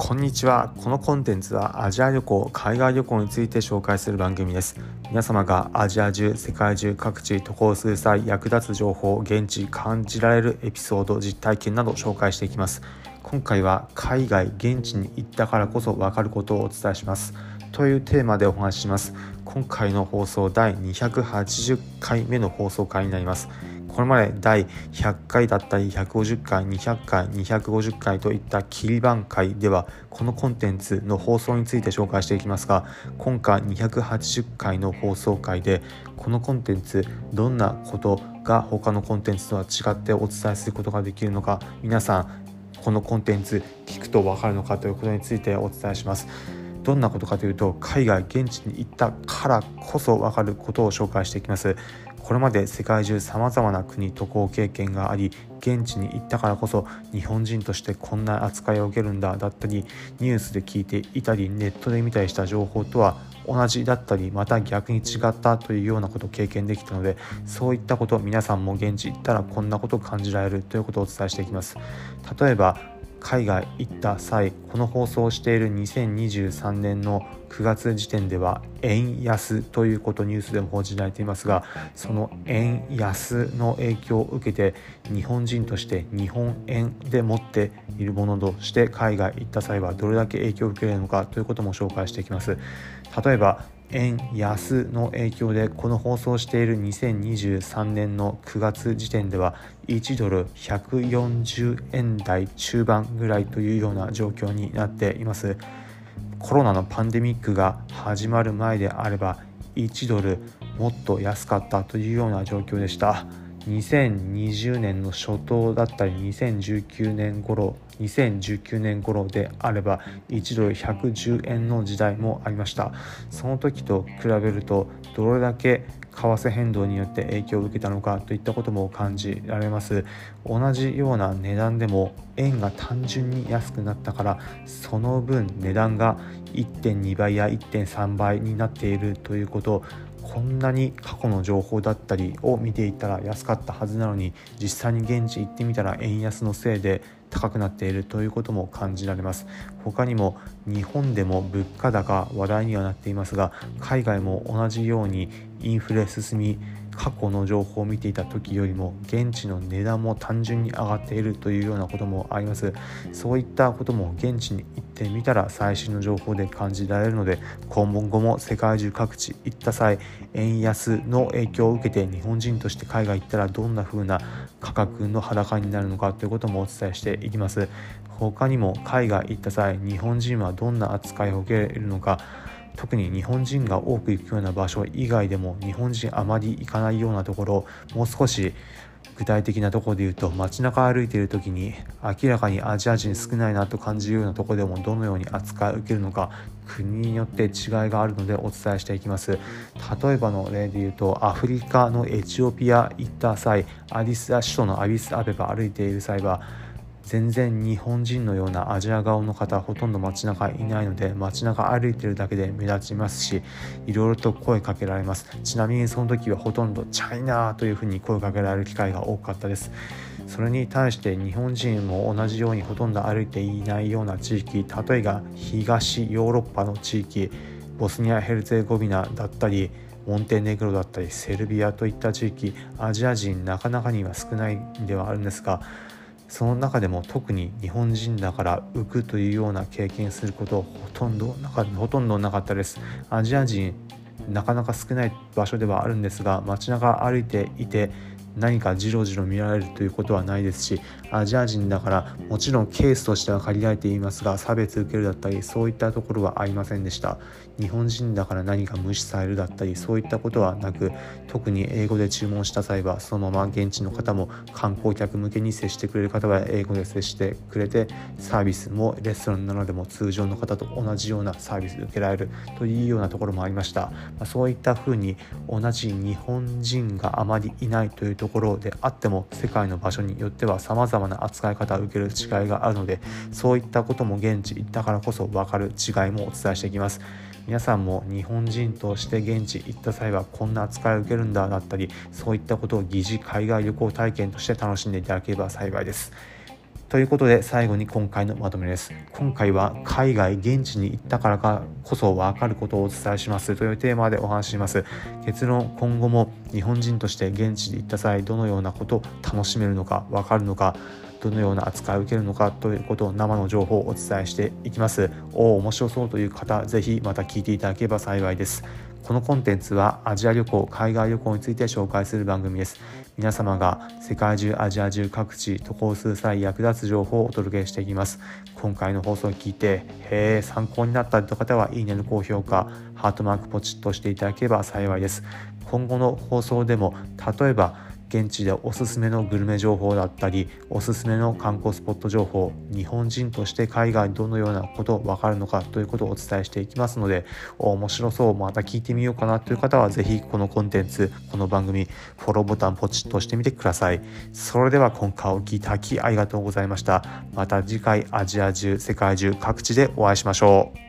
こんにちは。このコンテンツはアジア旅行、海外旅行について紹介する番組です。皆様がアジア中、世界中各地渡航する際役立つ情報、現地感じられるエピソード、実体験など紹介していきます。今回は海外、現地に行ったからこそ分かることをお伝えしますというテーマでお話しします。今回の放送第280回目の放送回になります。これまで第100回だったり150回、200回、250回といった切り番回ではこのコンテンツの放送について紹介していきますが、今回280回の放送回でこのコンテンツどんなことが他のコンテンツとは違ってお伝えすることができるのか、皆さんこのコンテンツ聞くと分かるのかということについてお伝えします。どんなことかというと、海外現地に行ったからこそ分かることを紹介していきます。これまで世界中さまざまな国渡航経験があり、現地に行ったからこそ日本人としてこんな扱いを受けるんだだったり、ニュースで聞いていたりネットで見たりした情報とは同じだったり、また逆に違ったというようなことを経験できたので、そういったこと、皆さんも現地行ったらこんなことを感じられるということをお伝えしていきます。例えば海外行った際、この放送をしている2023年の9月時点では円安ということニュースでも報じられていますが、その円安の影響を受けて日本人として日本円で持っているものとして海外行った際はどれだけ影響を受けるのかということも紹介していきます。例えば円安の影響でこの放送している2023年の9月時点では1ドル140円台中盤ぐらいというような状況になっています。コロナのパンデミックが始まる前であれば1ドルもっと安かったというような状況でした。2020年の初頭だったり2019年頃であれば1ドル110円の時代もありました。その時と比べるとどれだけ為替変動によって影響を受けたのかといったことも感じられます。同じような値段でも円が単純に安くなったから、その分値段が 1.2 倍や 1.3 倍になっているということ、こんなに過去の情報だったりを見ていたら安かったはずなのに、実際に現地行ってみたら円安のせいで高くなっているということも感じられます。他にも日本でも物価高話題にはなっていますが、海外も同じようにインフレ進み、過去の情報を見ていた時よりも現地の値段も単純に上がっているというようなこともあります。そういったことも現地に行ってみたら最新の情報で感じられるので、今後も世界中各地行った際、円安の影響を受けて日本人として海外行ったらどんな風な価格の裸になるのかということもお伝えしていきます。他にも海外行った際、日本人はどんな扱いを受けるのか、特に日本人が多く行くような場所以外でも日本人あまり行かないようなところ、もう少し具体的なところで言うと、街中歩いている時に明らかにアジア人少ないなと感じるようなところでもどのように扱いを受けるのか、国によって違いがあるのでお伝えしていきます。例えばの例で言うと、アフリカのエチオピア行った際、首都のアディスアベバ歩いている際は全然日本人のようなアジア顔の方ほとんど街中いないので、街中歩いてるだけで目立ちますし、いろいろと声かけられます。ちなみにその時はほとんどチャイナーというふうに声かけられる機会が多かったです。それに対して日本人も同じようにほとんど歩いていないような地域、例えば東ヨーロッパの地域、ボスニア・ヘルツェゴビナだったりモンテネグロだったりセルビアといった地域、アジア人なかなかには少ないんではあるんですが、その中でも特に日本人だから浮くというような経験することほとんどなかったです。アジア人なかなか少ない場所ではあるんですが、街中歩いていて何かジロジロ見られるということはないですし、アジア人だからもちろんケースとしては限られていますが、差別受けるだったりそういったところはありませんでした。日本人だから何か無視されるだったりそういったことはなく、特に英語で注文した際はそのまま現地の方も観光客向けに接してくれる方は英語で接してくれて、サービスもレストランなどでも通常の方と同じようなサービスで受けられるというようなところもありました。そういったふうに同じ日本人があまりいないというところであっても、世界の場所によっては様々な扱い方を受ける違いがあるので、そういったことも現地行ったからこそ分かる違いもお伝えしていきます。皆さんも日本人として現地行った際はこんな扱いを受けるんだだったり、そういったことを疑似海外旅行体験として楽しんでいただければ幸いです。 ということで最後に今回のまとめです。今回は海外現地に行ったからこそ分かることをお伝えしますというテーマでお話しします。結論、今後も日本人として現地に行った際どのようなことを楽しめるのか分かるのか、どのような扱いを受けるのかということを生の情報をお伝えしていきます。面白そうという方、ぜひまた聞いていただければ幸いです。このコンテンツはアジア旅行、海外旅行について紹介する番組です。皆様が世界中、アジア中各地渡航する際役立つ情報をお届けしていきます。今回の放送を聞いて参考になったという方はいいねの高評価、ハートマークポチッとしていただければ幸いです。今後の放送でも例えば現地でおすすめのグルメ情報だったり、おすすめの観光スポット情報、日本人として海外どのようなこと分かるのかということをお伝えしていきますので、面白そう、また聞いてみようかなという方はぜひこのコンテンツ、この番組フォローボタンポチッと押してみてください。それでは今回お聞きいただきありがとうございました。また次回アジア中、世界中各地でお会いしましょう。